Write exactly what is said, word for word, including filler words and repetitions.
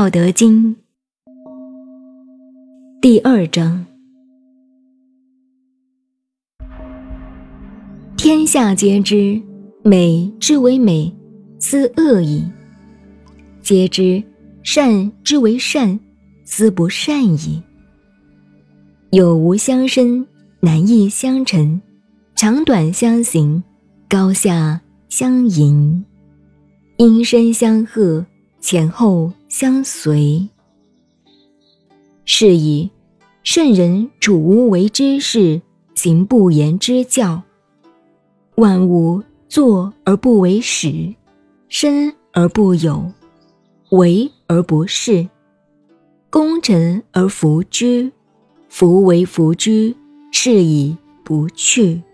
道德经第二章：天下皆知，美之为美，斯恶已；皆知，善之为善，斯不善已。有无相生，难易相成，长短相形，高下相迎，音声相和，前后相随。是以圣人处无为之事，行不言之教。万物作而不为始，生而不有，为而不恃，功成而弗居，夫为弗居，是以不去。